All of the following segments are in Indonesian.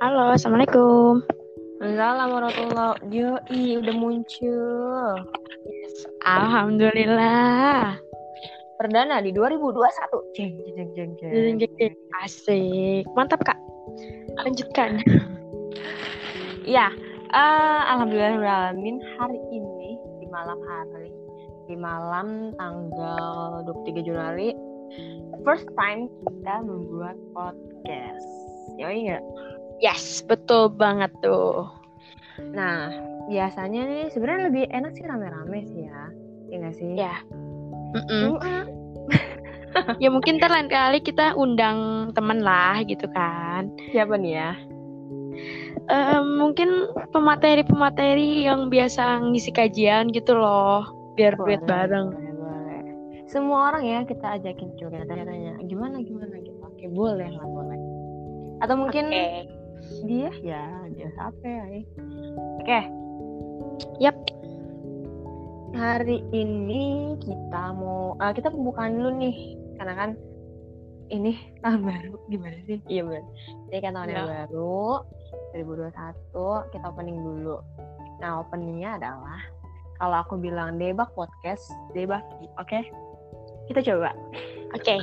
Halo, Assalamualaikum. Assalamualaikum warahmatullahi wabarakatuh. Yoi, udah muncul. Alhamdulillah. Perdana di 2021. Jeng, jeng, jeng, jeng. Asik. Mantap, Kak. Lanjutkan. Ya, alhamdulillahirrahmanirrahim. Hari ini di malam tanggal 23 Januari, first time kita membuat podcast. Yoi nggak? Yes, betul banget tuh. Nah, biasanya nih sebenarnya lebih enak sih rame-rame sih ya. Iya nggak sih? Ya. Ya mungkin ntar lain kali kita undang teman lah gitu kan. Siapa nih ya? Mungkin pemateri-pemateri yang biasa ngisi kajian gitu loh. Biar duet bareng. Boleh. Semua orang ya kita ajakin juga tanya gimana gitu. Oke, boleh lah, boleh. Atau mungkin dia siapa ya? Oke. Yap. Hari ini kita pembukaan dulu nih, karena kan ini tahun baru, gimana sih? Iya benar. Jadi kan tahun yang baru 2021 kita opening dulu. Nah, openingnya adalah kalau aku bilang Debak Podcast, Debaki, oke? Kita coba. Oke.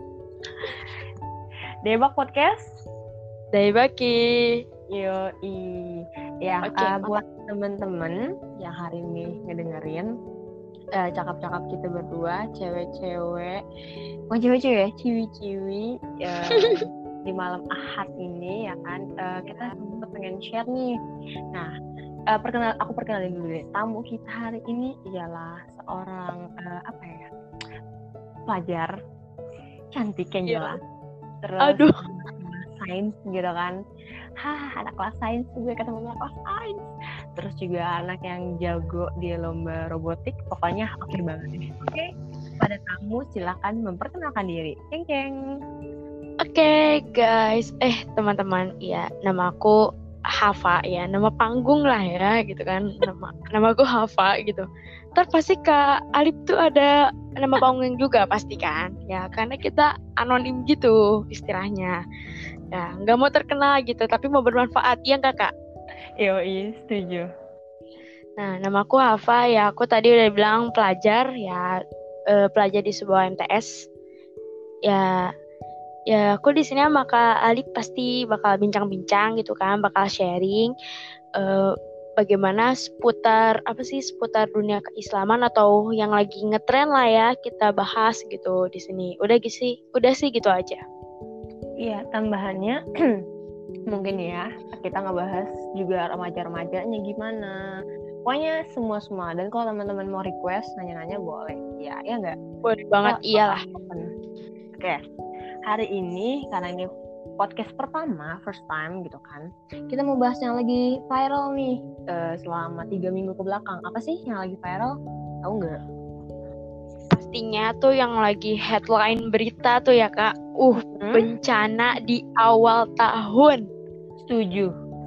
Debak Podcast, Debaki. yoi. Ya, buat teman-teman yang hari ini ngedengerin, cakap-cakap kita berdua, cewek-cewek, bukan cewek-cewek ya, ciwi-ciwi, di malam Ahad ini ya kan, kita semua pengen share nih. Nah, aku perkenalin dulu deh. Tamu kita hari ini ialah seorang pelajar cantik yang jelas. Terus sains gitu kan. Anak kelas sains gue ketemu anak kelas sains. Terus juga anak yang jago di lomba robotik. Pokoknya oke banget ini. Oke. Pada tamu silakan memperkenalkan diri. Ceng. Oke, guys. Teman-teman, ya, nama aku Hafa ya, nama panggung lah ya gitu kan, nama aku Hafa gitu. Ntar pasti Kak Alip tuh ada nama panggung juga pasti kan, ya karena kita anonim gitu istilahnya, ya nggak mau terkenal gitu, tapi mau bermanfaat, ya nggak Kak? Yoi, setuju. Nah, nama aku Hafa ya, aku tadi udah bilang pelajar ya, pelajar di sebuah MTS ya. Ya, aku di sini sama Kak Alip pasti bakal bincang-bincang gitu kan, bakal sharing bagaimana seputar dunia keislaman atau yang lagi ngetren lah ya, kita bahas gitu di sini. Udah sih gitu aja. Iya, tambahannya mungkin ya kita ngebahas juga remaja-remajanya gimana. Pokoknya semua. Dan kalau teman-teman mau request nanya-nanya boleh. Ya nggak? Boleh banget, iyalah. Oke. Hari ini karena ini podcast pertama, first time gitu kan, kita mau bahas yang lagi viral nih selama 3 minggu ke belakang. Apa sih yang lagi viral? Tahu nggak? Pastinya tuh yang lagi headline berita tuh ya Kak, bencana di awal tahun. Setuju.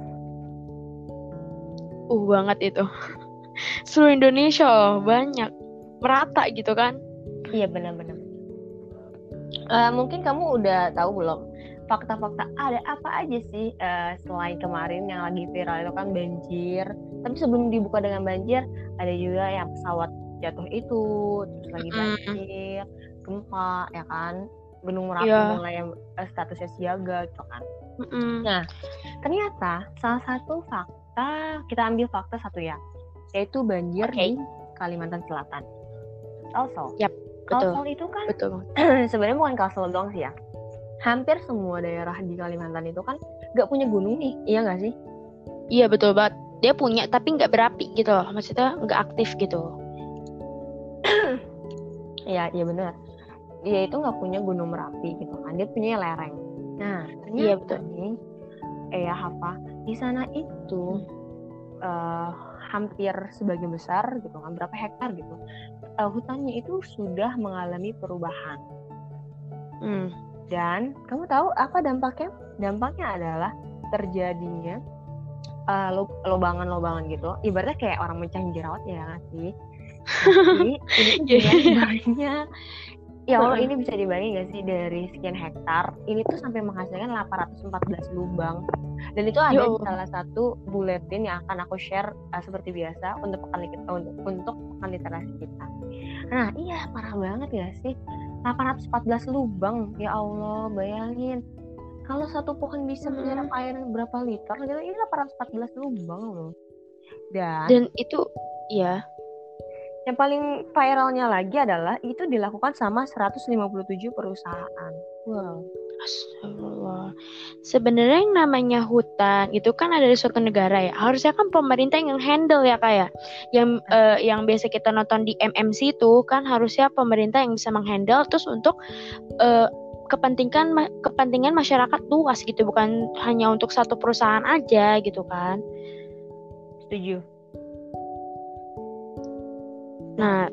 Banget itu. Seluruh Indonesia banyak, merata gitu kan? Iya benar-benar. Mungkin kamu udah tahu belum fakta-fakta ada apa aja sih selain kemarin yang lagi viral itu kan banjir. Tapi sebelum dibuka dengan banjir, ada juga yang pesawat jatuh itu, terus lagi banjir, gempa ya kan, Gunung Merapi mulai statusnya siaga gitu kan. Nah, ternyata salah satu fakta, kita ambil fakta satu ya, yaitu banjir di Kalimantan Selatan. Also, Kalsel itu kan sebenarnya bukan Kalsel doang sih ya. Hampir semua daerah di Kalimantan itu kan nggak punya gunung nih, iya nggak sih? Iya betul banget. Dia punya tapi nggak berapi gitu loh. Maksudnya nggak aktif gitu. Iya benar. Dia itu nggak punya gunung Merapi gitu kan. Dia punya lereng. Nah ternyata nih, Hafa, di sana itu hampir sebagian besar gitu kan, berapa hektar gitu, hutannya itu sudah mengalami perubahan. Dan kamu tahu apa dampaknya? Dampaknya adalah terjadinya lobangan-lobangan gitu. Ibaratnya kayak orang mecahin jerawat ya nggak sih? Tapi ini tuh banyak Ya Allah, ini bisa dibagi nggak sih dari sekian hektar ini tuh sampai menghasilkan 814 lubang. Dan itu ada di salah satu buletin yang akan aku share seperti biasa untuk pekan literasi kita. Nah, iya parah banget ya sih. 814 lubang. Ya Allah, bayangin. Kalau satu pohon bisa menyerap air berapa liter, gitu, ini 814 lubang loh. Dan itu ya. Yang paling viralnya lagi adalah itu dilakukan sama 157 perusahaan. Wow. Astagfirullah. Sebenarnya yang namanya hutan itu kan ada di suatu negara ya. Harusnya kan pemerintah yang handle ya kayak yang biasa kita nonton di MMC itu kan harusnya pemerintah yang bisa menghandle terus untuk kepentingan masyarakat luas gitu, bukan hanya untuk satu perusahaan aja gitu kan. Setuju. Nah,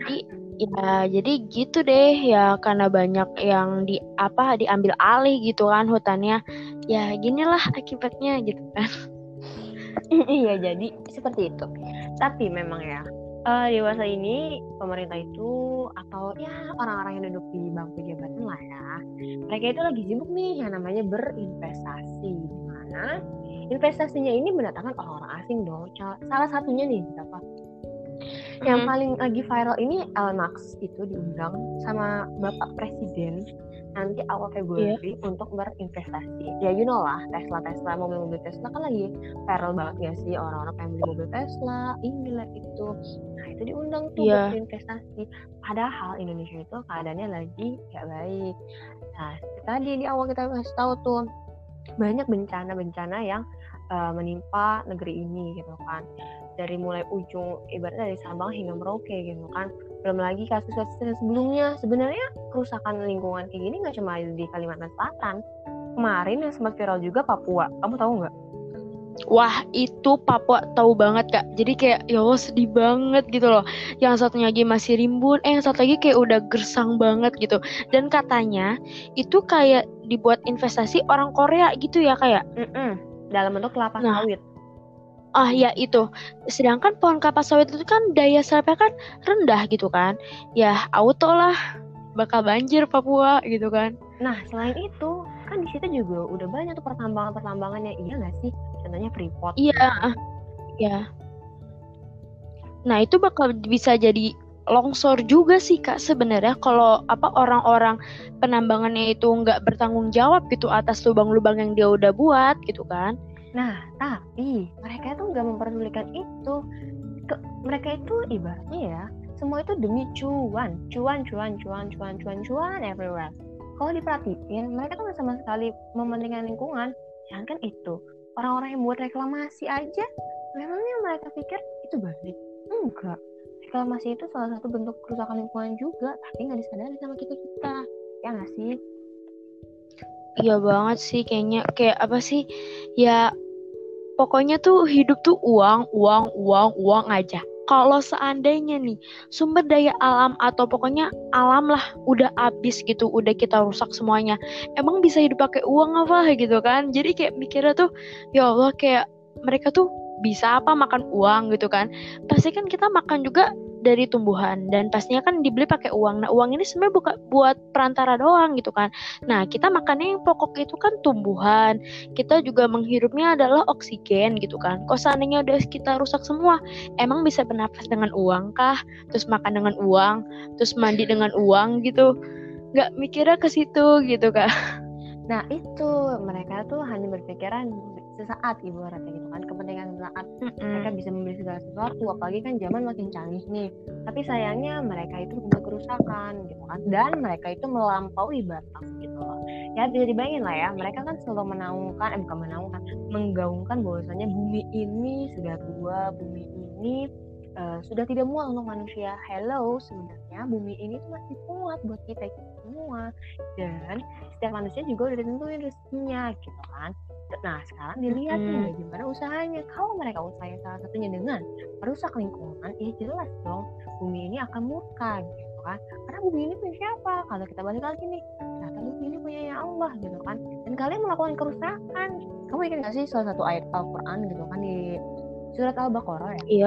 jadi gitu deh ya, karena banyak yang diambil alih gitu kan hutannya. Ya ginilah akibatnya gitu kan. Iya, jadi seperti itu. Tapi memang ya, dewasa ini pemerintah itu atau ya orang-orang yang duduk di bangku jabatan lah ya, mereka itu lagi sibuk nih yang namanya berinvestasi, di mana investasinya ini mendatangkan orang-orang asing dong. Salah satunya nih siapa? Yang paling lagi viral ini Elon Musk itu diundang sama Bapak Presiden nanti awal Februari untuk berinvestasi. Ya you know lah, Tesla, mobil-mobil Tesla kan lagi viral banget ya sih, orang-orang pengen beli mobil Tesla, inilah itu. Nah itu diundang tuh buat investasi. Padahal Indonesia itu keadaannya lagi gak baik. Nah tadi di awal kita kasih tahu tuh banyak bencana-bencana yang menimpa negeri ini gitu kan, dari mulai ujung ibaratnya dari Sabang hingga Merauke gitu kan. Belum lagi kasus-kasus sebelumnya. Sebenarnya kerusakan lingkungan kayak gini nggak cuma di Kalimantan Selatan. Kemarin yang sempat viral juga Papua, kamu tahu nggak? Wah itu Papua tahu banget Kak. Jadi kayak ya Allah sedih banget gitu loh. Yang satunya lagi masih rimbun, yang satu lagi kayak udah gersang banget gitu. Dan katanya itu kayak dibuat investasi orang Korea gitu ya kayak. Dalam bentuk kelapa sawit. Ya itu. Sedangkan pohon kelapa sawit itu kan daya serapnya kan rendah gitu kan. Ya auto lah bakal banjir Papua gitu kan. Nah selain itu kan di situ juga udah banyak tuh pertambangan-pertambangannya, iya nggak sih? Contohnya Freeport. Iya. Ya. Nah itu bakal bisa jadi longsor juga sih Kak sebenarnya kalau orang-orang penambangannya itu nggak bertanggung jawab gitu atas lubang-lubang yang dia udah buat gitu kan. Nah, tapi mereka tuh nggak memperdulikan itu. Mereka itu ibaratnya ya, semua itu demi cuan everywhere. Kalau diperhatiin, mereka kan sama sekali mementingkan lingkungan. Jangan kan itu, orang-orang yang buat reklamasi aja, memangnya mereka pikir itu baik? Enggak. Reklamasi itu salah satu bentuk kerusakan lingkungan juga, tapi nggak disadari sama kita. Ya nggak sih? Iya banget sih kayaknya, kayak apa sih ya, pokoknya tuh hidup tuh uang aja. Kalau seandainya nih sumber daya alam atau pokoknya alam lah udah habis gitu, udah kita rusak semuanya, emang bisa hidup pakai uang apa gitu kan. Jadi kayak mikirnya tuh ya Allah, kayak mereka tuh bisa apa makan uang gitu kan. Pasti kan kita makan juga dari tumbuhan dan pastinya kan dibeli pakai uang. Nah uang ini sebenarnya bukan buat perantara doang gitu kan. Nah kita makannya yang pokok itu kan tumbuhan, kita juga menghirupnya adalah oksigen gitu kan. Kok seandainya udah kita rusak semua, emang bisa bernafas dengan uang kah? Terus makan dengan uang, terus mandi dengan uang gitu? Nggak mikirnya ke situ gitu Kak. Nah itu mereka tuh hanya berpikiran sesaat ibaratnya gitu kan, kepentingan sesaat. Mereka bisa membeli segala sesuatu, apalagi kan zaman makin canggih nih. Tapi sayangnya mereka itu membuat kerusakan gitu kan, dan mereka itu melampaui batas gitu loh. Ya bisa dibayangin lah ya, mereka kan selalu menggaungkan bahwasanya bumi ini sudah tua, bumi ini sudah tidak muat untuk manusia. Hello, sebenarnya bumi ini tuh masih muat buat kita semua, dan setiap manusia juga udah ditentuin rezekinya gitu kan. Nah sekarang dilihat nih bagaimana usahanya. Kalau mereka usahanya salah satunya dengan merusak lingkungan, ya jelas dong bumi ini akan murka gitu kan. Karena bumi ini punya siapa? Kalau kita balik lagi nih, ternyata bumi ini punya ya Allah gitu kan. Dan kalian melakukan kerusakan. Kamu ingat gak sih salah satu ayat Al-Quran gitu kan di surat Al-Baqarah ya? Iya.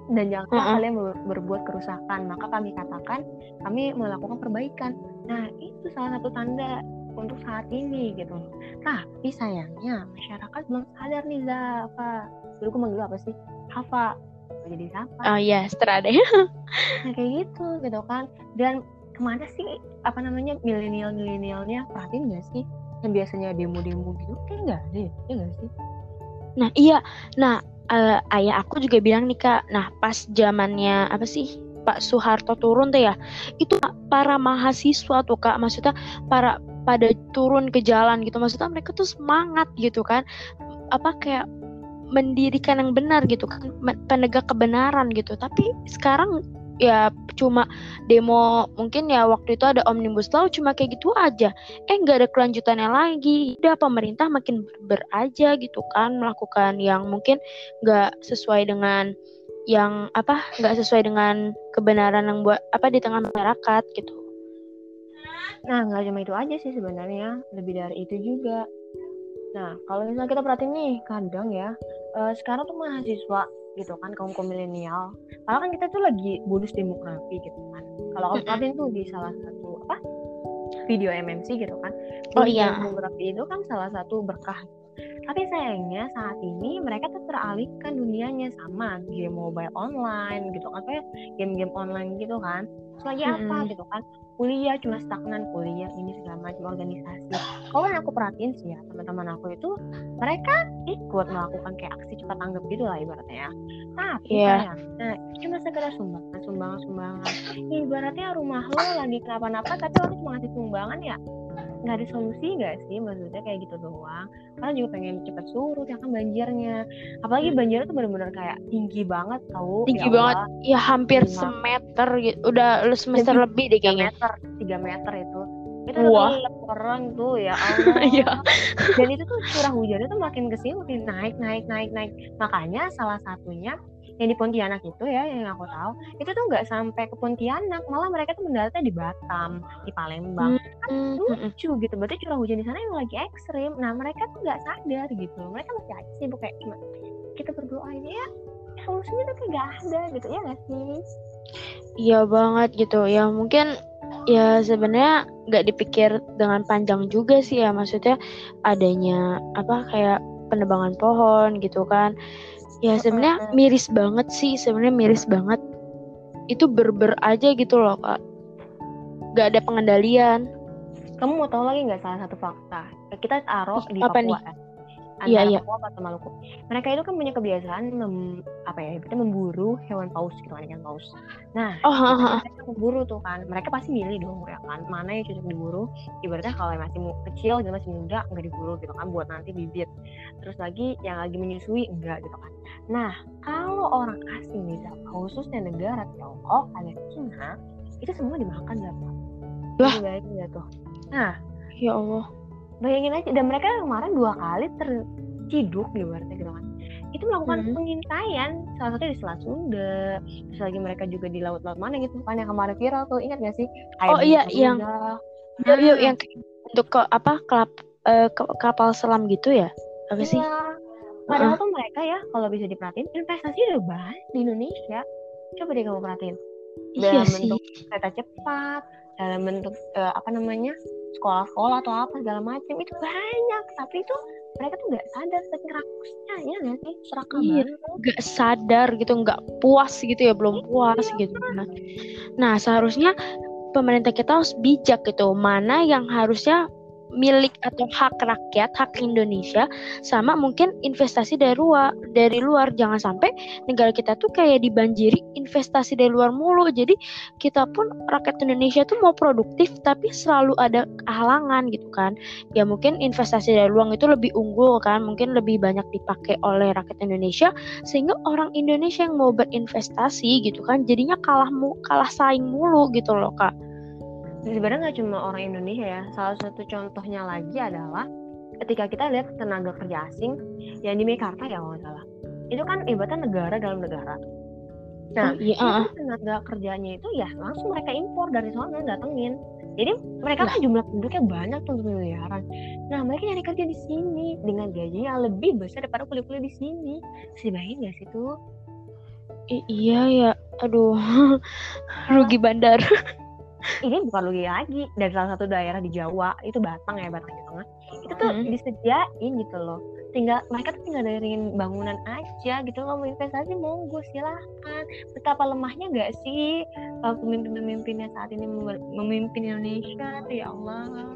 dan janganlah kalian berbuat kerusakan, maka kami katakan kami melakukan perbaikan. Nah, itu salah satu tanda untuk saat ini gitu. Tapi sayangnya masyarakat belum sadar nih, Zafa. Dulu aku manggil apa sih? Hafa. Jadi Zafa. Oh iya, seterada. Nah kayak gitu kan. Dan kemana sih milenialnya, perhatiin nggak sih yang biasanya demo-demo gitu? Kayak nggak ada ya nggak sih? Nah iya, ayah aku juga bilang nih Kak, nah pas zamannya apa sih Pak Soeharto turun tuh ya, itu para mahasiswa tuh Kak, maksudnya pada turun ke jalan gitu, maksudnya mereka tuh semangat gitu kan, apa kayak mendirikan yang benar gitu kan, penegak kebenaran gitu. Tapi sekarang ya cuma demo, mungkin ya waktu itu ada Omnibus Law, cuma kayak gitu aja, nggak ada kelanjutannya lagi. Udah pemerintah makin aja gitu kan, melakukan yang mungkin nggak sesuai dengan nggak sesuai dengan kebenaran yang buat di tengah masyarakat gitu. Nah nggak cuma itu aja sih sebenarnya, lebih dari itu juga. Nah kalau misalnya kita perhatiin nih, kadang ya sekarang tuh mahasiswa gitu kan, kaum milenial, karena kan kita tuh lagi bonus demografi gitu kan. Kalau kamu perhatiin tuh di salah satu video MMC gitu kan, bonus demografi itu kan salah satu berkah. Tapi sayangnya saat ini mereka tuh teralihkan dunianya sama game mobile online gitu kan, kayak game-game online gitu kan. Selagi apa gitu kan, kuliah cuma stagnan, kuliah ini segala macam organisasi. Kalau yang aku perhatiin sih ya, teman-teman aku itu mereka ikut melakukan kayak aksi cepat tanggap gitu lah ibaratnya ya. Tapi sayangnya cuma sekedar sumbangan. Ibaratnya rumah lo lagi kenapa-napa tapi lo cuma ngasih sumbangan ya, nggak ada solusi nggak sih, maksudnya kayak gitu doang. Karena juga pengen cepet surut ya kan banjirnya, apalagi banjirnya tuh benar-benar kayak tinggi banget tau, tinggi banget ya, hampir semeter gitu, udah semester lebih deh kayaknya, 3 meter itu udah kelelep orang tuh ya Allah. Dan itu tuh curah hujannya tuh makin kesini makin naik. Makanya salah satunya yang di Pontianak itu ya, yang aku tahu itu tuh nggak sampai ke Pontianak, malah mereka tuh mendaratnya di Batam, di Palembang. Kan lucu gitu, berarti curah hujan di sana yang lagi ekstrim. Nah mereka tuh nggak sadar gitu, mereka masih aja sibuk kayak cuma kita berdoa aja ya, solusinya tuh kayak nggak ada gitu ya nggak sih? Iya banget gitu ya, mungkin ya sebenarnya nggak dipikir dengan panjang juga sih ya, maksudnya adanya kayak penebangan pohon gitu kan. Ya sebenarnya miris banget itu, berber aja gitu loh Kak, nggak ada pengendalian. Kamu mau tahu lagi nggak salah satu fakta? Kita taruh di apa Papua nih? Antara Papua atau Maluku. Mereka itu kan punya kebiasaan memburu hewan paus gitu kan, ikan paus. Nah, mereka memburu tuh kan, mereka pasti milih dong ya kan, mana yang cocok diburu. Ibaratnya kalau yang masih kecil gitu, masih muda nggak diburu gitu kan, buat nanti bibit. Terus lagi yang lagi menyusui enggak gitu kan. Nah, kalau orang asing nih, khususnya negara Tiongkok, alias Cina, itu semua dimakan Pak. Bayangin ya tuh. Nah, ya Allah. Bayangin aja, dan mereka kemarin 2 kali terciduk ibaratnya gitu kan. Itu melakukan pengintaian, salah satunya di Selat Sunda, terus lagi mereka juga di laut-laut mana gitu kan yang kemarin viral tuh, ingat gak sih? Yang untuk kapal selam gitu ya? Apa sih? Padahal tuh mereka ya, kalau bisa diperhatiin, investasi udah banyak di Indonesia. Coba deh kamu perhatiin. Dalam bentuk kereta cepat, dalam bentuk sekolah-sekolah atau apa segala macam, itu banyak. Tapi itu mereka tuh nggak sadar saking rakusnya ya nggak sih, serakah banget. Nggak sadar gitu, nggak puas gitu ya, belum puas gitu. Nah seharusnya pemerintah kita harus bijak gitu, mana yang harusnya milik atau hak rakyat, hak Indonesia, sama mungkin investasi dari luar. Jangan sampai negara kita tuh kayak dibanjiri investasi dari luar mulu. Jadi kita pun rakyat Indonesia tuh mau produktif tapi selalu ada halangan gitu kan. Ya mungkin investasi dari luar itu lebih unggul kan, mungkin lebih banyak dipakai oleh rakyat Indonesia, sehingga orang Indonesia yang mau berinvestasi gitu kan jadinya kalah saing mulu gitu loh Kak. Sebenarnya nggak cuma orang Indonesia ya, salah satu contohnya lagi adalah ketika kita lihat tenaga kerja asing yang di Mekarta ya kalau nggak salah, itu kan ibaratnya negara dalam negara. Nah, tenaga kerjanya itu ya langsung mereka impor dari sana, datengin. Jadi mereka kan jumlah penduduknya banyak tuh, miliaran. Nah, mereka nyari kerja di sini dengan gajinya lebih besar daripada kuliah-kuliah di sini. Bisa bayangin nggak sih tuh? Iya ya, aduh, rugi bandar. Ini bukan rugi lagi, dari salah satu daerah di Jawa, itu Batang ya, Batang Jawa Tengah, itu tuh disediain gitu loh, mereka tuh tinggal dariin bangunan aja gitu loh. Mau investasi monggo silahkan. Betapa lemahnya gak sih pemimpin-pemimpinnya saat ini memimpin Indonesia tuh, ya Allah.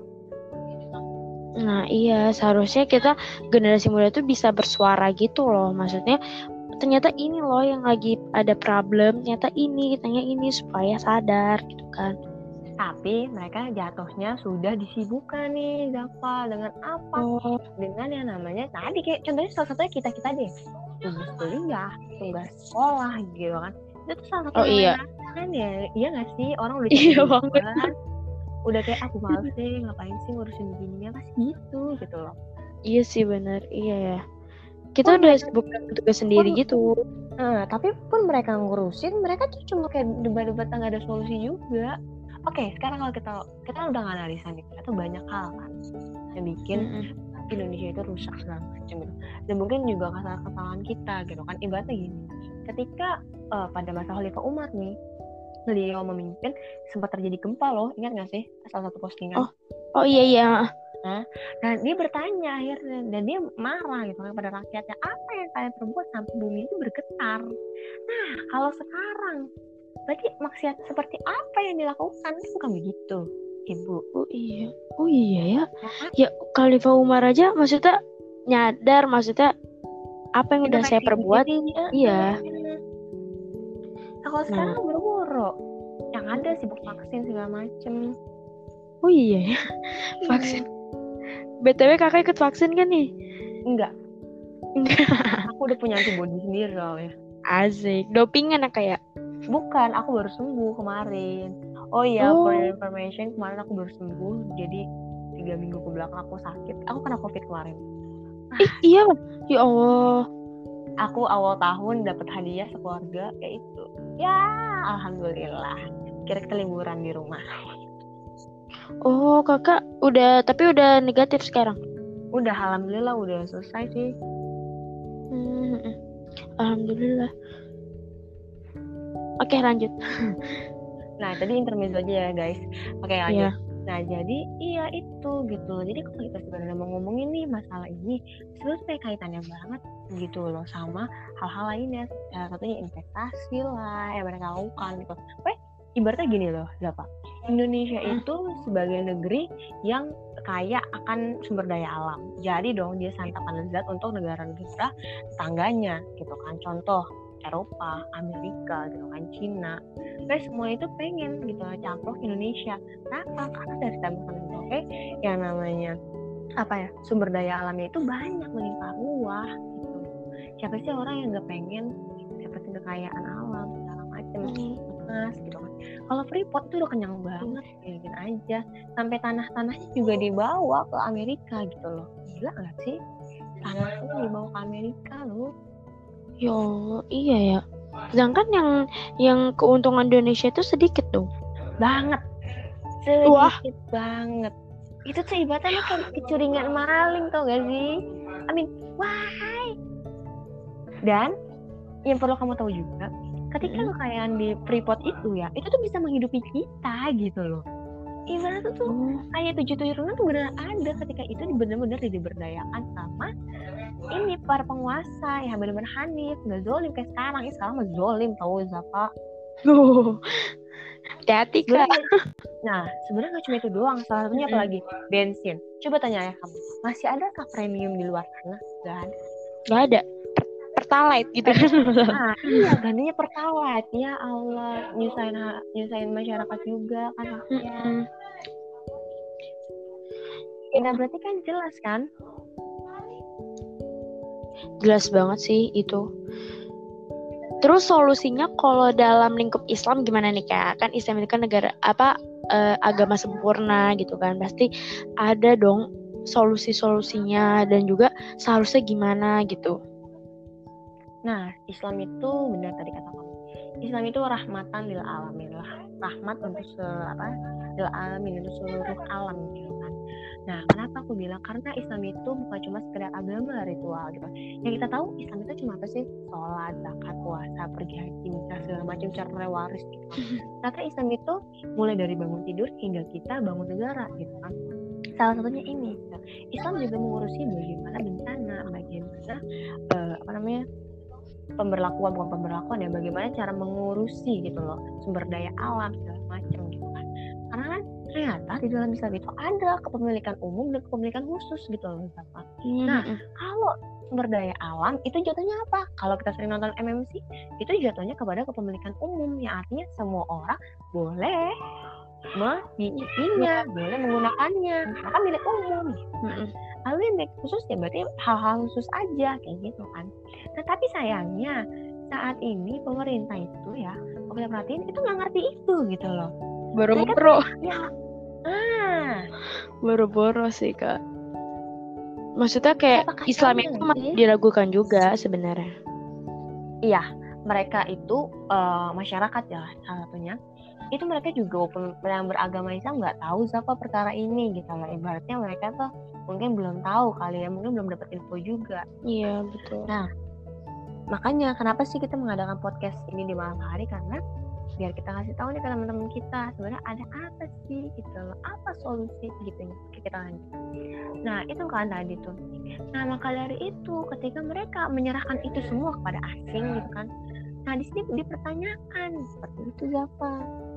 Nah iya, seharusnya kita generasi muda tuh bisa bersuara gitu loh. Maksudnya ternyata ini loh yang lagi ada problem, ternyata ini, kitanya ini, supaya sadar gitu kan. Tapi mereka jatuhnya sudah disibukkan nih, Zafa, dengan apa? Dengan yang namanya tadi, kayak contohnya salah satunya kita deh, tugas kuliah, tugas sekolah gitu kan. Itu tuh salah satu yang kan ya, iya nggak sih? Orang udah capek duluan, udah kayak aku males deh, ngapain sih ngurusin begininya, pasti gitu loh. Iya sih benar, iya ya. Kita udah sibuk tugas sendiri gitu. Tapi pun mereka ngurusin, mereka tuh cuma kayak debat-debat nggak ada solusi juga. Oke, sekarang kalau kita udah nganalisa nih, ternyata banyak hal kan yang bikin Indonesia itu rusak segala macam gitu. Dan mungkin juga kesalahan kita gitu kan. Ibaratnya gini, ketika pada masa Khalifah Umar nih, beliau memimpin, sempat terjadi gempa loh, ingat nggak sih salah satu postingan? Oh iya. Nah dia bertanya akhirnya, dan dia marah gitu kan pada rakyatnya, apa yang kalian perbuat sampai bumi itu bergetar. Nah kalau sekarang berarti maksiat seperti apa yang dilakukan? Itu bukan begitu, Ibu. Oh iya ya. Ya Khalifah Umar aja maksudnya nyadar, maksudnya apa yang udah saya perbuat. Iya. Nah kalau sekarang buru-buru, yang ada sibuk vaksin segala macem. Oh iya ya. Vaksin. BTW kakak ikut vaksin kan nih? Enggak. Aku udah punya antibody sendiri soalnya. Asik. Dopingan kayak? Bukan, aku baru sembuh kemarin. Oh iya, for your information, kemarin aku baru sembuh. Jadi 3 minggu kebelakang aku sakit. Aku kena COVID kemarin. Iya, ya Allah. Aku awal tahun dapat hadiah sekeluarga kayak itu. Ya, alhamdulillah. Kira-kira liburan di rumah. Oh, kakak tapi udah negatif sekarang? Udah, alhamdulillah udah selesai sih. Alhamdulillah. Oke, lanjut. Nah, tadi intermezzo aja ya, guys. Oke, lanjut. Nah, jadi iya itu gitu. Jadi kalau kita sebenarnya mau ngomongin nih masalah ini, sebenarnya kaitannya banget gitu loh sama hal-hal lainnya. Salah satunya investasi lah yang mereka lakukan gitu. Ibaratnya gini loh, Zapa. Indonesia itu sebagai negeri yang kaya akan sumber daya alam. Jadi dong dia santapan lezat untuk negara-negara tetangganya gitu kan. Contoh Eropa, Amerika gitu kan, Cina. Semua itu pengen gitu campur Indonesia. Kenapa? Karena dari standar yang namanya sumber daya alamnya itu banyak, melimpah ruah gitu. Siapa sih orang yang nggak pengen seperti kekayaan alam segala macam emas gitu kan. Kalau Freeport itu udah kenyang banget, bayangin aja sampai tanahnya juga dibawa ke Amerika gitu loh. Gila nggak sih? Tanahnya dibawa ke Amerika loh. Ya Allah, iya ya. Sedangkan yang keuntungan Indonesia itu sedikit dong. Banget. Sedikit banget. Itu tuh ibaratnya kayak kecuringan maling, tau gak sih? Why? Dan yang perlu kamu tahu juga, ketika kekayaan di Freeport itu ya, itu tuh bisa menghidupi kita gitu loh. Ibaratnya tuh kayak 7 triliun tuh benar ada ketika itu benar-benar diberdayakan sama ini para penguasa yang benar-benar hanif, nggak zolim kayak sekarang. Sekarang mah zolim, tahu Zapa. Hati-hati Kak. Nah, sebenarnya nggak cuma itu doang. Salah satunya apa lagi? Bensin. Coba tanya ayah kamu, masih ada kah premium di luar sana? Nggak ada. Nggak ada. Pertalite gitu kan. Iya, gantinya Pertalite. Ya Allah, nyusahin masyarakat juga kan rakyat. Nah, berarti kan jelas kan? Jelas banget sih itu. Terus solusinya kalau dalam lingkup Islam gimana nih Kak? Kan Islam itu kan negara agama sempurna gitu kan. Pasti ada dong solusi-solusinya dan juga seharusnya gimana gitu. Nah, Islam itu benar tadi kata kamu. Islam itu rahmatan lil alamin lah. Rahmat untuk lil alamin, untuk seluruh alam gitu kan. Nah, kenapa aku bilang? Karena Islam itu bukan cuma sekedar agama ritual gitu. Yang kita tahu Islam itu cuma apa sih? Sholat, zakat, puasa, pergi haji, nikah, segala macam cara waris gitu. Ternyata Islam itu mulai dari bangun tidur hingga kita bangun negara gitu kan. Salah satunya ini. Gitu. Islam juga mengurusi bagaimana bencana, bagaimana bukan pemberlakuan ya, bagaimana cara mengurusi gitu loh sumber daya alam segala macam gitu kan. Karena kan ternyata di dalam Islam itu ada kepemilikan umum dan kepemilikan khusus gitu loh Zafa. Nah, kalau sumber daya alam itu jatuhnya apa? Kalau kita sering nonton MMC, itu jatuhnya kepada kepemilikan umum, yang artinya semua orang boleh memilikinya, boleh menggunakannya, maka milik umum gitu kan. Lalu yang milik khusus ya berarti hal-hal khusus aja kayak gitu kan. Nah tapi sayangnya saat ini pemerintah itu ya, kalau kita perhatiin itu nggak ngerti itu gitu loh. Boro-boro. Ya, boro-boro sih Kak. Maksudnya kayak Islam itu masih diragukan juga sebenarnya. Iya, mereka itu masyarakat ya salah satunya. Itu mereka juga yang beragama Islam nggak tahu siapa perkara ini gitu loh. Ibaratnya mereka tuh mungkin belum tahu kali ya, mungkin belum dapat info juga. Iya betul. Nah makanya kenapa sih kita mengadakan podcast ini di malam hari, karena biar kita kasih tahu nih ke teman-teman kita sebenarnya ada apa sih gitu loh, apa solusi gitu kita lanjut. Nah itu kan tadi tuh. Nah maka dari itu ketika mereka menyerahkan itu semua kepada asing gitu kan, nah di sini dipertanyakan seperti itu Zafa.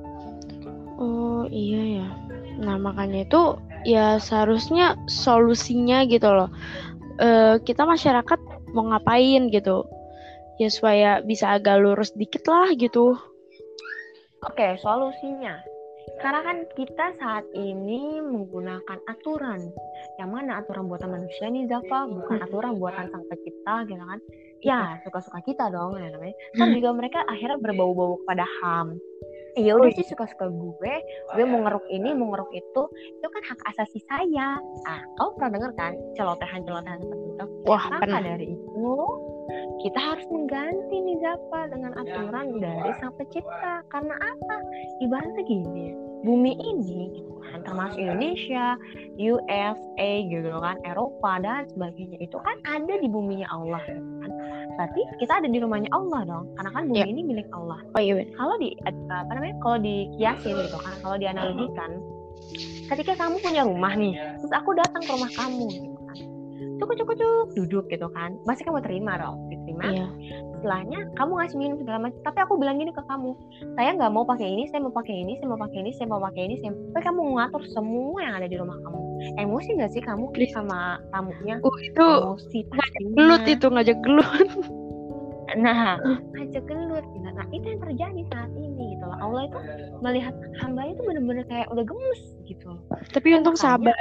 Oh iya ya. Nah makanya itu ya seharusnya solusinya gitu loh. Kita masyarakat mau ngapain gitu ya supaya bisa agak lurus dikit lah gitu. Oke, solusinya karena kan kita saat ini menggunakan aturan, yang mana aturan buatan manusia nih Zafa, bukan aturan buatan sang pencipta gitu kan. Ya suka-suka kita dong ya namanya. Kan juga mereka akhirnya berbau-bau kepada HAM. Ya udah sih suka-suka gue mau ngeruk ini, mau ngeruk itu kan hak asasi saya. Kau pernah dengar kan celotehan-celotehan seperti itu? Maka dari itu kita harus mengganti nih Zafa dengan aturan dari sang pencipta. Karena apa? Ibaratnya gini, bumi ini gitu kan, termasuk Indonesia, USA gitu kan, Eropa dan sebagainya, itu kan ada di buminya Allah gitu kan. Berarti kita ada di rumahnya Allah dong, karena kan bumi ini milik Allah. Kalau kalau dikiasin gitu kan, kalau dianalogikan, ketika kamu punya rumah nih, terus aku datang ke rumah kamu gitu kan, cuk duduk gitu kan, pasti kamu terima dong, diterima. Setelahnya kamu ngasih minum segala macam, tapi aku bilang gini ke kamu, saya nggak mau pakai ini, saya mau pakai ini, saya mau pakai ini, saya mau pakai ini, tapi kamu mengatur semua yang ada di rumah kamu. Emosi nggak sih kamu sama tamunya? Itu emosi ngajak gelut. Nah ngajak gelut. Nah itu yang terjadi saat ini gitu loh. Allah itu melihat hamba itu benar-benar kayak udah gemes gitu. Tapi untung sabar.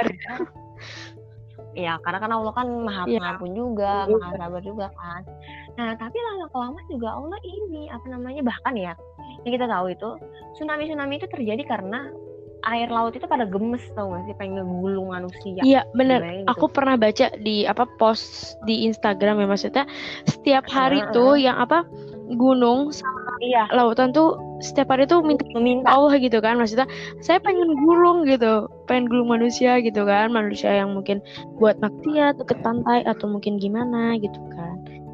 Ya karena kan Allah kan maha pengampun juga, maha sabar juga kan. Nah tapi lama-kelamaan juga Allah ini bahkan ya yang kita tahu itu tsunami itu terjadi karena air laut itu pada gemes, tau gak sih, pengen ngegulung manusia. Iya benar. Aku pernah baca di post di Instagram ya, maksudnya setiap hari tuh yang gunung sama lautan tuh setiap hari tuh minta Allah gitu kan, maksudnya saya pengen gulung manusia gitu kan, manusia yang mungkin buat maksiat deket pantai atau mungkin gimana gitu kan.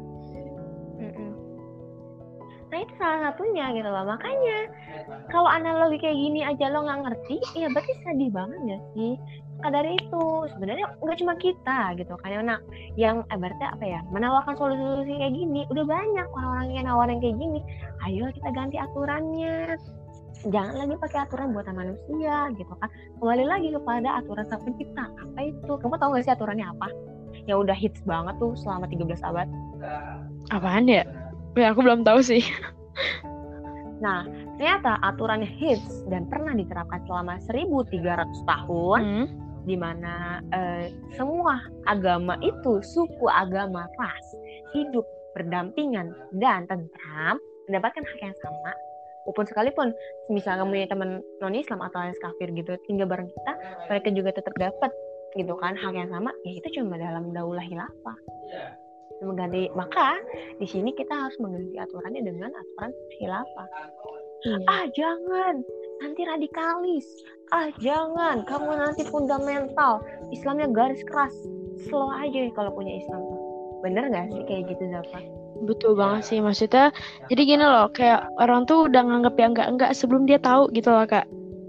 Nah itu salah satunya gitu loh. Makanya kalau analogi kayak gini aja lo nggak ngerti, ya berarti sedih banget gak sih? Maka dari itu sebenarnya nggak cuma kita gitu kan yang berarti menawarkan solusi kayak gini. Udah banyak orang-orang yang nawarin kayak gini. Ayo kita ganti aturannya, jangan lagi pakai aturan buatan manusia gitu kan. Kembali lagi kepada aturan sang pencipta. Apa itu? Kamu tahu nggak sih aturannya apa? Yang udah hits banget tuh selama 13 abad. Apaan ya? Ya aku belum tahu sih. Nah, ternyata aturannya hits dan pernah diterapkan selama 1.300 tahun, di mana semua agama itu, suku, agama, ras, hidup berdampingan dan tentram, mendapatkan hak yang sama. Walaupun sekalipun misalnya kamu punya teman non-Islam atau alias kafir gitu, tinggal bareng kita, mereka juga tetap dapat gitu kan hak yang sama. Ya itu cuma dalam daulah khilafah. Maka di sini kita harus mengganti aturannya dengan aturan khilafah. Jangan nanti radikalis, jangan, kamu nanti fundamental, Islamnya garis keras, slow aja kalau punya Islam tuh. Bener gak sih kayak gitu Zafa? Betul banget sih, maksudnya jadi gini loh, kayak orang tuh udah nganggep yang enggak sebelum dia tahu gitu loh Kak.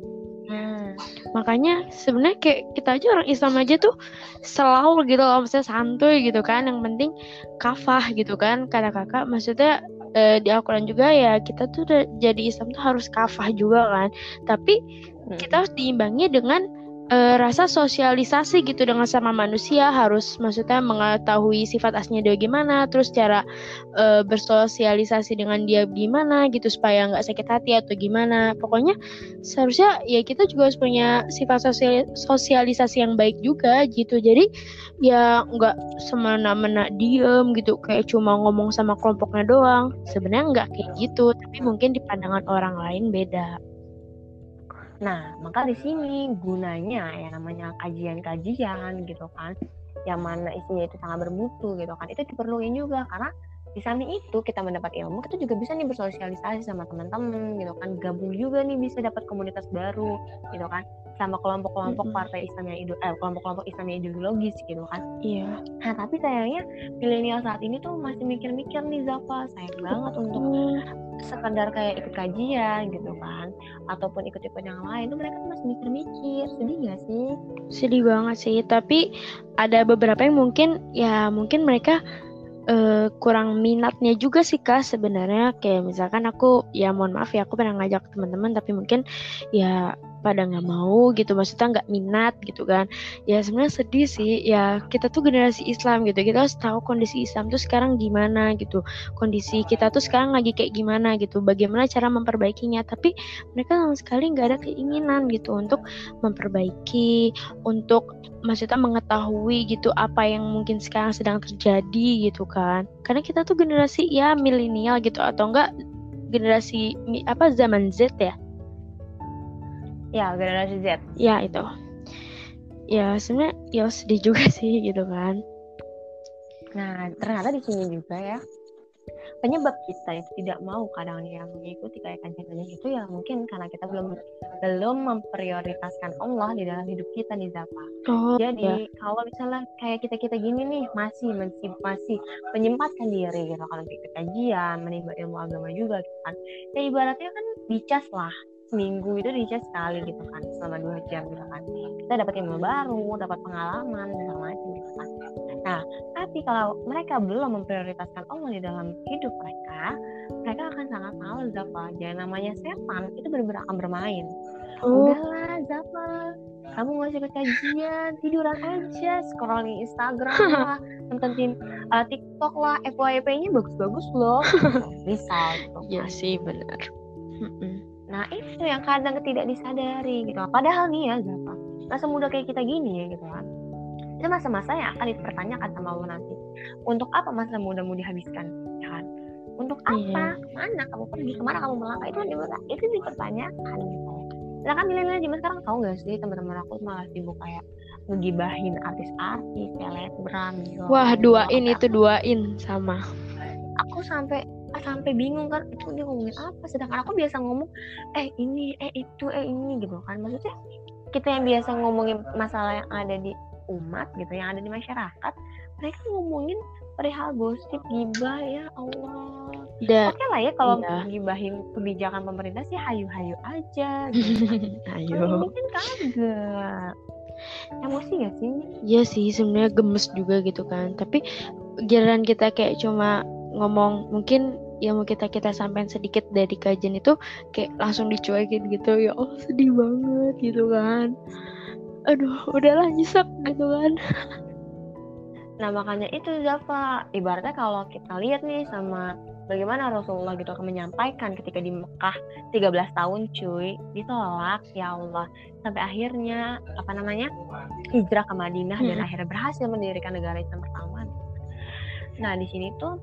Makanya sebenarnya kayak kita aja orang Islam aja tuh selalu gitu loh, maksudnya santuy gitu kan, yang penting kafah gitu kan kata kakak. Maksudnya di Al-Quran juga ya kita tuh jadi Islam tuh harus kafah juga kan, tapi kita harus diimbangi dengan rasa sosialisasi gitu dengan sama manusia, harus maksudnya mengetahui sifat aslinya dia gimana, terus cara bersosialisasi dengan dia gimana gitu supaya nggak sakit hati atau gimana. Pokoknya seharusnya ya kita juga harus punya sifat sosialisasi yang baik juga gitu. Jadi ya nggak semena-mena diem gitu kayak cuma ngomong sama kelompoknya doang. Sebenarnya nggak kayak gitu, tapi mungkin di pandangan orang lain beda. Nah, maka di sini gunanya ya namanya kajian-kajian gitu kan, yang mana isinya itu sangat bermutu gitu kan, itu diperluin juga karena di samping itu kita mendapat ilmu, kita juga bisa nih bersosialisasi sama teman-teman gitu kan, gabung juga nih bisa dapat komunitas baru gitu kan, sama kelompok-kelompok partai Islam yang kelompok-kelompok Islam yang ideologis gitu kan. Iya. Nah, tapi sayangnya milenial saat ini tuh masih mikir-mikir nih Zafa, sayang banget untuk sekedar kayak ikut kajian gitu kan, ataupun ikut-ikut yang lain tuh mereka tuh masih mikir-mikir. Sedih gak sih? Sedih banget sih, tapi ada beberapa yang mungkin mereka kurang minatnya juga sih Kak sebenarnya. Kayak misalkan aku ya mohon maaf ya, aku pernah ngajak teman-teman tapi mungkin ya pada nggak mau gitu, maksudnya nggak minat gitu kan. Ya sebenarnya sedih sih ya, kita tuh generasi Islam gitu, kita harus tahu kondisi Islam tuh sekarang gimana gitu, kondisi kita tuh sekarang lagi kayak gimana gitu, bagaimana cara memperbaikinya. Tapi mereka sama sekali nggak ada keinginan gitu untuk memperbaiki, untuk maksudnya mengetahui gitu apa yang mungkin sekarang sedang terjadi gitu kan. Karena kita tuh generasi ya milenial gitu, atau enggak generasi zaman Z ya. Ya, generasi Z. Ya itu. Ya sebenarnya ya sedih juga sih gitu kan. Nah, ternyata di sini juga ya penyebab kita itu tidak mau kadang yang mengikuti kayak kajian itu ya mungkin karena kita belum memprioritaskan Allah di dalam hidup kita nih Zafa. Jadi kalau misalnya kayak kita gini nih masih menyempatkan diri gitu kalau ikut kajian, menimba ilmu agama juga gitu kan. Ya ibaratnya kan dicas lah, seminggu itu dicas sekali gitu kan, selama 2 jam gitu kan. Kita dapat ilmu baru, dapat pengalaman segala macam gitu kan. Nah, tapi kalau mereka belum memprioritaskan Allah di dalam hidup mereka akan sangat males Zafa. Jangan namanya setan itu benar-benar akan bermain. Udahlah Zafa, kamu nggak usah ikut kajian, tiduran aja, scrolling Instagram lah, nonton TikTok lah, FYP-nya bagus-bagus loh. Misal gitu. Iya sih benar. Nah itu yang kadang tidak disadari gitu. Padahal nih ya Zafa, nggak semudah kayak kita gini ya gitu kan. Itu masa-masa yang akan dipertanyakan sama Allah nanti. Untuk apa masa mudamu dihabiskan? Ya kan? Untuk apa? Kemana kamu pergi? Kemana kamu melangkah? Itu dipertanyakan gitu. Sedangkan milenial zaman sekarang tahu gak sih teman-teman aku malah sibuk kayak ngegibahin artis-artis, selebgram gitu. Wah, duain sama. Aku sampai bingung kan, itu dia ngomongin apa? Sedangkan aku biasa ngomong ini, itu, ini gitu kan. Maksudnya kita yang biasa ngomongin masalah yang ada di umat gitu, yang ada di masyarakat, mereka ngomongin perihal gosip, gibah, ya Allah. Oke lah ya kalau gibahin kebijakan pemerintah sih hayu-hayu aja gitu. Ayo. Ini kan kagak. Emosi gak sih? Iya sih sebenarnya gemes juga gitu kan. Tapi giliran kita kayak cuma ngomong, mungkin ilmu kita sampein sedikit dari kajian itu kayak langsung dicuekin gitu. Ya Allah sedih banget gitu kan. Aduh, udahlah nyesek gitu kan. Nah makanya itu Zafa, ibaratnya kalau kita lihat nih sama bagaimana Rasulullah gitu akan menyampaikan ketika di Mekah 13 tahun cuy, ditolak ya Allah, sampai akhirnya hijrah ke Madinah dan akhirnya berhasil mendirikan negara Islam pertama. Nah di sini tuh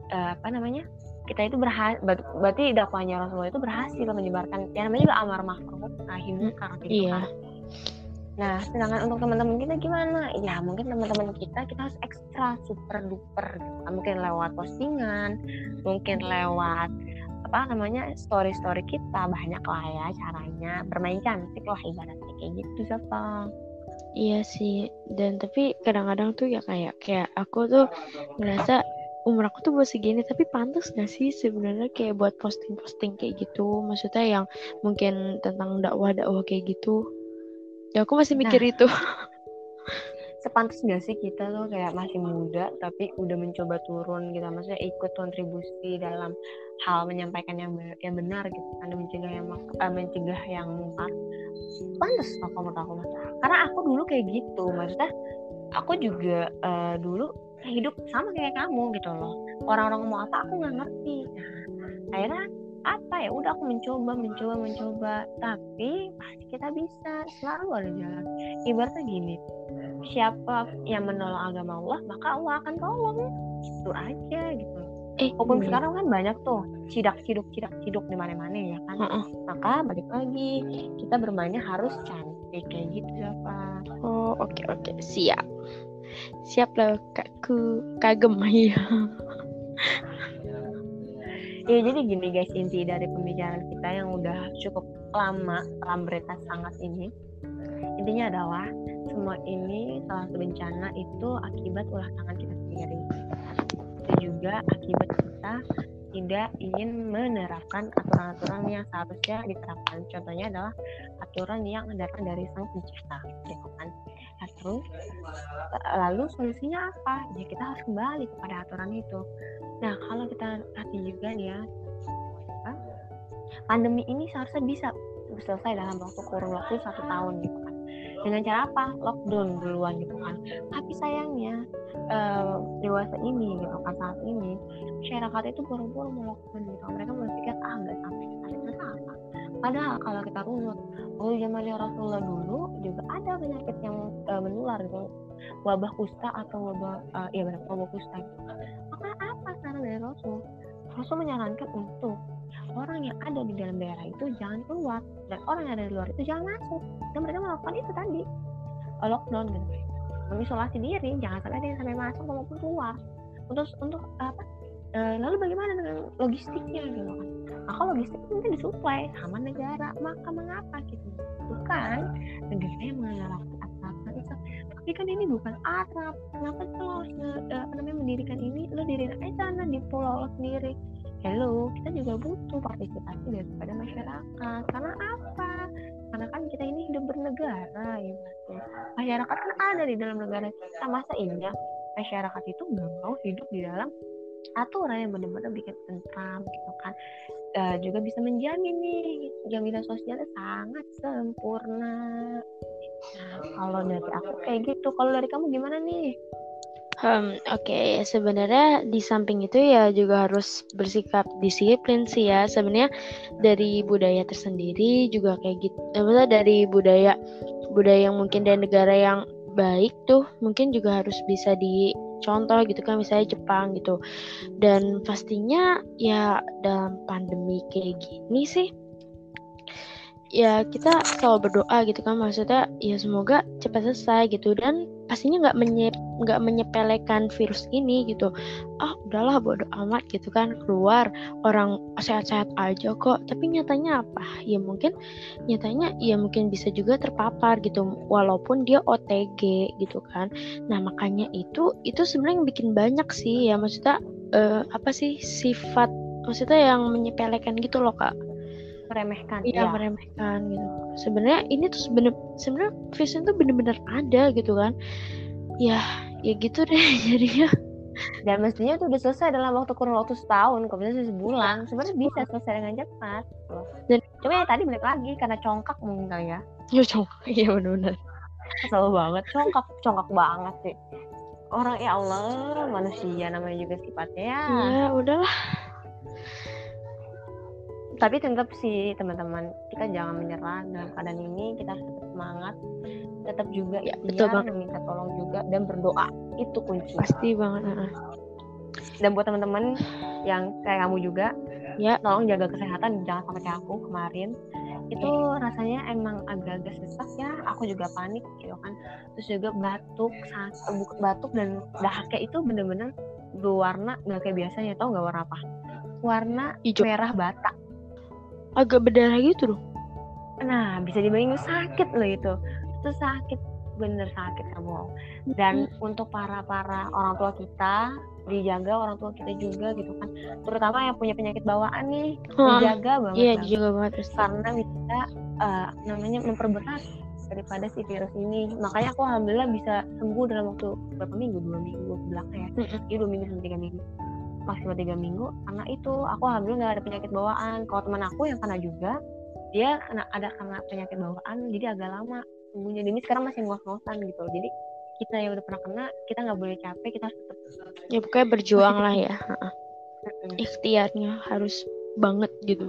kita itu berarti dakwahnya Rasulullah itu berhasil menyebarkan yang namanya juga amar ma'ruf nahi munkar gitu kan. Nah, sedangkan untuk teman-teman kita gimana? Ya, mungkin teman-teman kita harus ekstra super duper gitu. Mungkin lewat postingan, mungkin lewat story kita banyak lah ya caranya bermain cantik lah ibaratnya kayak gitu siapa. Iya sih, dan tapi kadang-kadang tuh ya kayak aku tuh ngerasa umur aku tuh buat segini, tapi pantas gak sih sebenarnya kayak buat posting-posting kayak gitu, maksudnya yang mungkin tentang dakwah-dakwah kayak gitu. Ya aku masih mikir itu. Sepantas gak sih kita tuh kayak masih muda tapi udah mencoba turun gitu, maksudnya ikut kontribusi dalam hal menyampaikan yang benar gitu kan, mencegah yang mungkar. Pantas kok menurut aku mas, karena aku dulu kayak gitu, maksudnya aku juga dulu hidup sama kayak kamu gitu loh, orang-orang ngomong apa aku nggak ngerti. Akhirnya apa ya udah aku mencoba, tapi pasti kita bisa, selalu ada jalan. Ibaratnya gini, siapa yang menolong agama Allah maka Allah akan tolong, itu aja gitu. Walaupun sekarang kan banyak tuh ciduk di mana-mana ya kan. Maka balik lagi kita bermainnya harus cantik kayak gitu siapa. Oh oke, siap lah kakku, kagem ya. Ya jadi gini guys, inti dari pembicaraan kita yang udah cukup lama dalam berita sangat ini, intinya adalah semua ini salah satu bencana itu akibat ulah tangan kita sendiri. Itu juga akibat kita tidak ingin menerapkan aturan-aturan yang seharusnya diterapkan. Contohnya adalah aturan yang datang dari Sang Pencipta, gitu kan. Terus lalu solusinya apa? Ya kita harus kembali kepada aturan itu. Nah kalau kita perhati juga nih ya, pandemi ini seharusnya bisa selesai dalam kurun waktu 1 tahun gitu kan. Dengan cara apa? Lockdown duluan gitu kan. Tapi sayangnya dewasa ini gitu kan, saat ini masyarakat itu buru-buru mau lockdown gitu. Mereka berpikir nggak sampai kita apa. Padahal kalau kita runut, zamannya Rasulullah dulu juga ada penyakit yang menular gitu, wabah kusta atau wabah kusta gitu. Maka apa saran dari Rasul? Rasul menyarankan untuk orang yang ada di dalam daerah itu jangan keluar, dan orang yang ada di luar itu jangan masuk. Dan mereka melakukan itu tadi, lockdown gitu, mengisolasi diri, jangan sampai ada yang sampai masuk maupun keluar. Untuk apa? Lalu bagaimana dengan logistiknya gitu kan? Maka logistik mungkin disuplai sama negara, maka mengapa gitu? Bukan negara yang menerapkan aturan itu. Tapi kan ini bukan Arab, kenapa lo harus mendirikan ini? Lo diriin aja sana di pulau lo sendiri. Hello, kita juga butuh partisipasi daripada masyarakat. Karena apa? Karena kan kita ini hidup bernegara ya. Masyarakat kan ada di dalam negara kita. Masa iya masyarakat itu nggak mau hidup di dalam aturan yang benar-benar bikin tentram gitu kan. Juga bisa menjamin nih jaminan sosialnya sangat sempurna. Nah, kalau dari aku kayak gitu. Kalau dari kamu gimana nih? Oke, sebenarnya di samping itu ya juga harus bersikap disiplin sih ya. Sebenarnya dari budaya tersendiri juga kayak gitu. Maksudnya dari budaya yang mungkin dari negara yang baik tuh mungkin juga harus bisa dicontoh gitu kan, misalnya Jepang gitu. Dan pastinya ya dalam pandemi kayak gini sih ya kita selalu berdoa gitu kan, maksudnya ya semoga cepat selesai gitu, dan pastinya nggak menyepelekan virus ini gitu. Udahlah bodo amat gitu kan, keluar orang sehat-sehat aja kok, tapi nyatanya apa ya, mungkin bisa juga terpapar gitu walaupun dia OTG gitu kan. Nah makanya itu sebenarnya yang bikin banyak sih ya, maksudnya apa sih sifat maksudnya yang menyepelekan gitu loh Kak. Meremehkan. Iya, meremehkan gitu. Sebenarnya ini tuh sebenarnya virus itu benar-benar ada gitu kan. Ya gitu deh jadinya. Dan mestinya itu udah selesai dalam kurun waktu setahun, kalau bisa sebulan. Sebenarnya bisa selesai dengan cepat. Dan cuma ya tadi balik lagi karena congkak mungkin kali ya. Ya congkak, iya benar-benar. Kesel banget, congkak banget sih. Orang ya Allah, manusia namanya juga sifatnya. Ya udahlah. Tapi tetap sih teman-teman, kita jangan menyerah dalam keadaan ini. Kita harus tetap semangat, tetap juga ikhtiar, meminta tolong juga, dan berdoa. Itu kunci. Pasti banget. Dan buat teman-teman yang kayak kamu juga, tolong jaga kesehatan, jangan sampai kayak aku kemarin. Itu rasanya emang agak-agak sesak ya, aku juga panik gitu kan. Terus juga batuk dan dahaknya itu bener-bener berwarna nggak kayak biasanya. Tau nggak warna apa? warna Hijau. merah bata. Agak berdarah gitu dong. Nah, bisa dibayangin sakit loh itu. Itu sakit, bener sakit kamu. Dan untuk para orang tua kita, dijaga orang tua kita juga gitu kan. Terutama yang punya penyakit bawaan nih, dijaga banget. Iya, dijaga banget pasti. Karena bisa namanya memperberat daripada si virus ini. Makanya aku alhamdulillah bisa sembuh dalam waktu berapa minggu, 2 minggu belakang ya. Ini 2 minggu sampai 3 minggu. Maksimal 3 minggu. Karena itu aku alhamdulillah nggak ada penyakit bawaan. Kalau teman aku yang kena juga, dia kena penyakit bawaan, jadi agak lama sembuhnya. Ini sekarang masih ngos-ngosan gitu. Jadi kita yang udah pernah kena, kita nggak boleh capek, kita harus tetap ya pokoknya berjuang lah ya. Ikhtiarnya harus banget gitu.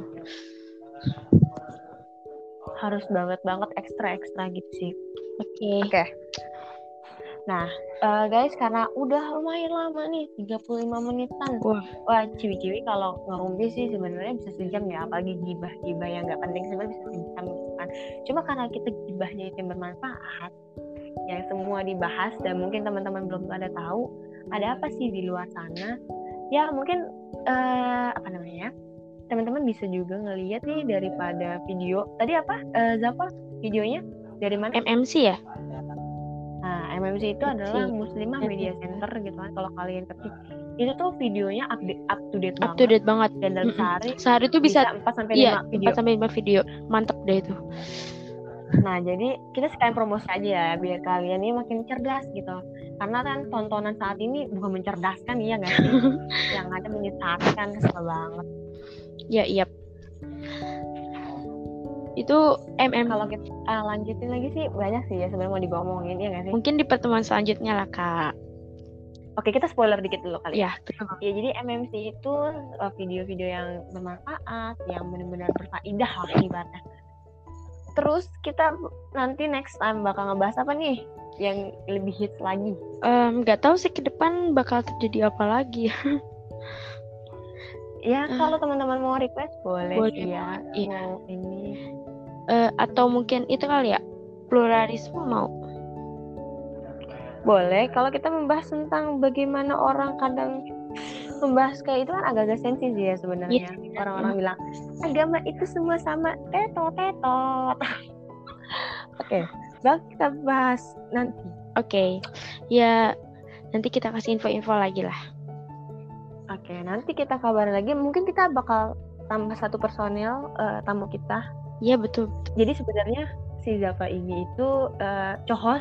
Harus banget ekstra gitu sih. Oke. Nah, guys, karena udah lumayan lama nih, 35 menitan. Wah, ciwi-ciwi kalau ngerumpi sih sebenarnya bisa sejam ya, apalagi gibah yang nggak penting sebenarnya bisa sejam gitu kan. Cuma karena kita gibahnya itu yang bermanfaat, yang semua dibahas dan mungkin teman-teman belum pada tahu ada apa sih di luar sana. Ya mungkin teman-teman bisa juga ngelihat nih daripada video. Tadi apa? Zapa videonya dari mana? MMC ya? Nah, MMC itu adalah Muslimah Media Center gitu kan. Kalau kalian ketik itu tuh videonya up to date banget. Dan dalam sehari itu bisa 4 sampai 5 video. 4 sampai 5 video. Mantep deh itu. Nah, jadi kita sekalian promosi aja ya biar kalian ini makin cerdas gitu. Karena kan tontonan saat ini bukan mencerdaskan, iya nggak sih? Yang ada menyesatkan, kesel banget. Ya, iya. Itu Kalau kita lanjutin lagi sih banyak sih ya sebenarnya mau diomongin, ya nggak sih? Mungkin di pertemuan selanjutnya lah, Kak. Oke, kita spoiler dikit dulu kali ya. Ya, jadi MMC itu video-video yang bermanfaat, yang benar-benar berfaedah lah ibaratnya. Terus kita nanti next time bakal ngebahas apa nih yang lebih hits lagi? Nggak tahu sih ke depan bakal terjadi apa lagi. Ya, kalau teman-teman mau request boleh sih ya. Iya. Mau ini atau mungkin itu kali ya, pluralisme mau? Boleh. Kalau kita membahas tentang bagaimana orang kadang membahas kayak itu kan agak-agak sensitif ya sebenarnya. Orang-orang bilang agama itu semua sama, tetot. Oke, kita bahas nanti. Oke. Ya, nanti kita kasih info-info lagi lah. Oke, nanti kita kabarin lagi. Mungkin kita bakal tambah 1 personil tamu kita. Iya, betul. Jadi sebenarnya si Zapa ini itu cohos.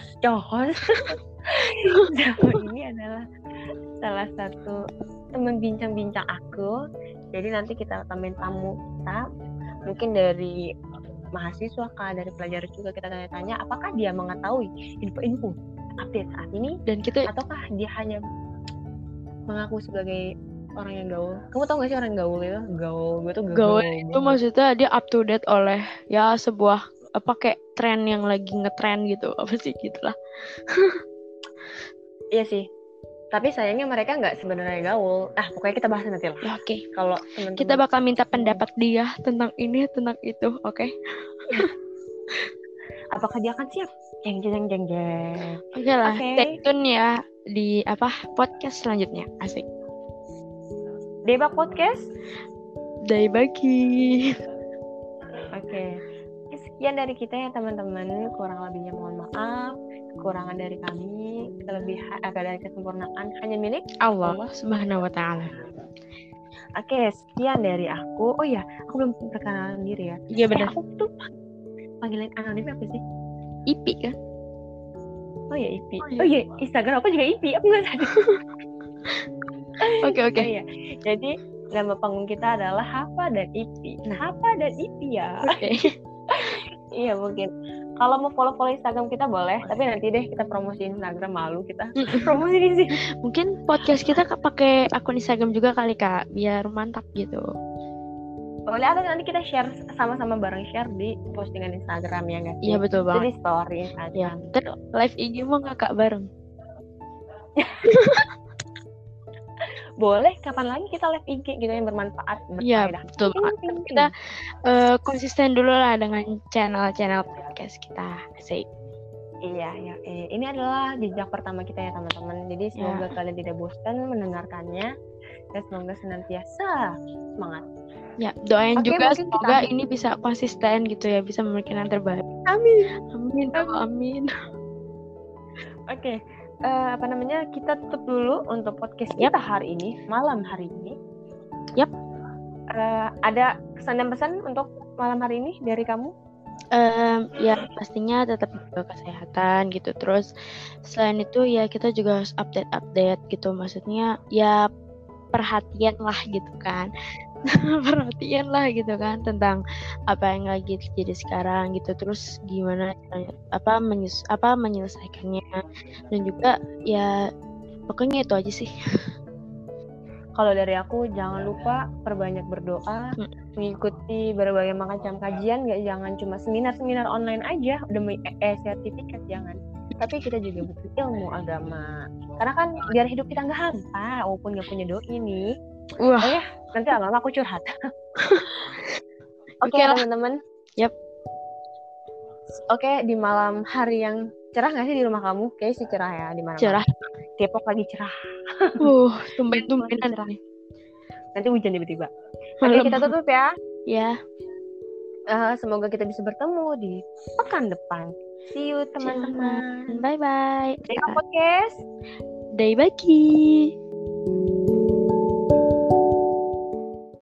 Zapa ini adalah salah satu teman bincang-bincang aku. Jadi nanti kita tambahin tamu kita. Mungkin dari mahasiswa kah, dari pelajar juga kita tanya-tanya apakah dia mengetahui info-info update saat ini, dan kita ataukah dia hanya mengaku sebagai orang yang gaul. Kamu tau gak sih orang gaul itu? Gaul itu maksudnya dia up to date oleh ya sebuah kayak tren yang lagi ngetren gitu, apa sih gitulah. Iya sih. Tapi sayangnya mereka nggak sebenarnya gaul. Pokoknya kita bahas nanti lah. Ya, oke. Kalau kita bakal minta pendapat dia tentang ini, tentang itu, oke? Apakah dia akan siap? Jeng. Oke lah, stay tune ya di podcast selanjutnya. Asik. Debak Podcast. Bagi. Oke. Sekian dari kita ya teman-teman. Kurang lebihnya mohon maaf. Kekurangan dari kami, dari kesempurnaan hanya milik Allah Subhanahu wa Ta'ala. Oke, sekian dari aku. Oh ya, aku belum perkenalan diri ya. Iya benar. Aku tuh panggilan anonim apa sih? Ipi kan? Oh ya, Ipi. Oh iya, Instagram aku juga Ipi. Aku nggak sadar. Oke. Oh, iya. Jadi nama panggung kita adalah Hafa dan Ipi. Hafa dan Ipi ya. Oke. Iya mungkin. Kalau mau follow Instagram kita boleh, tapi nanti deh kita promosi Instagram, malu kita promosi di sini. Mungkin podcast kita pakai akun Instagram juga kali Kak, biar mantap gitu. Boleh, atau nanti kita share sama-sama bareng share di postingan Instagram ya nggak sih? Iya betul banget. Jadi story Instagram. Ya, terus live IG mau Kakak bareng? Boleh, kapan lagi kita live IG gitu yang bermanfaat. Iya betul banget. Kita konsisten dulu lah dengan channel podcast kita. Asik. Iya. Ini adalah jejak pertama kita ya teman-teman. Jadi semoga kalian tidak bosan mendengarkannya. dan semoga senantiasa semangat. Ya, doain Oke, juga mungkin semoga kita ini bisa konsisten gitu ya, bisa memberikan yang terbaik. amin. Amin, amin. Oke, kita tutup dulu untuk podcast Yap. kita hari ini, malam hari ini. Yap. Ada kesan dan pesan untuk malam hari ini dari kamu? Ya pastinya tetap jaga kesehatan gitu. Terus selain itu ya kita juga harus update gitu. Maksudnya ya perhatian lah gitu kan. Perhatian lah gitu kan tentang apa yang lagi terjadi sekarang gitu. Terus gimana menyelesaikannya, dan juga ya pokoknya itu aja sih. Kalau dari aku, jangan lupa perbanyak berdoa, mengikuti berbagai macam kajian, jangan cuma seminar-seminar online aja demi sertifikat, jangan. Tapi kita juga butuh ilmu agama. Karena kan biar hidup kita nggak hampa, walaupun nggak punya doi nih. Wah. Oh ya, nanti lama-lama aku curhat. Oke, teman-teman. Yap. Oke, di malam hari yang cerah nggak sih di rumah kamu? Kayaknya sih cerah ya di mana-mana. Cerah. Depok lagi cerah. Tumben-tumbenan nih. Nanti hujan tiba-tiba. Oke, kita tutup ya. Ya. Semoga kita bisa bertemu di pekan depan. See you teman-teman. Bye-bye. Podcast Day bagi.